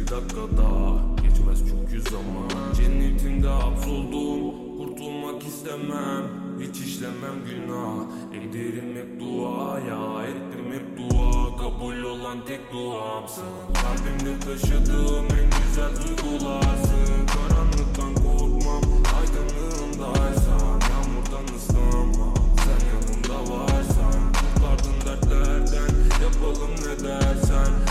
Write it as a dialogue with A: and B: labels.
A: bir dakikada geçmez çünkü zaman. Cennetinde hapsoldum, kurtulmak istemem. Hiç işlemem günah, ederim hep duaya, ettim hep dua. Kabul olan tek duamsın, kalbimde taşıdığım en güzel duygularsın. Karanlıktan korkmam, aydınlığındaysan. Yağmurdan ıslanmam, sen yanımda varsan. Kurtardın dertlerden, yapalım ne dersen.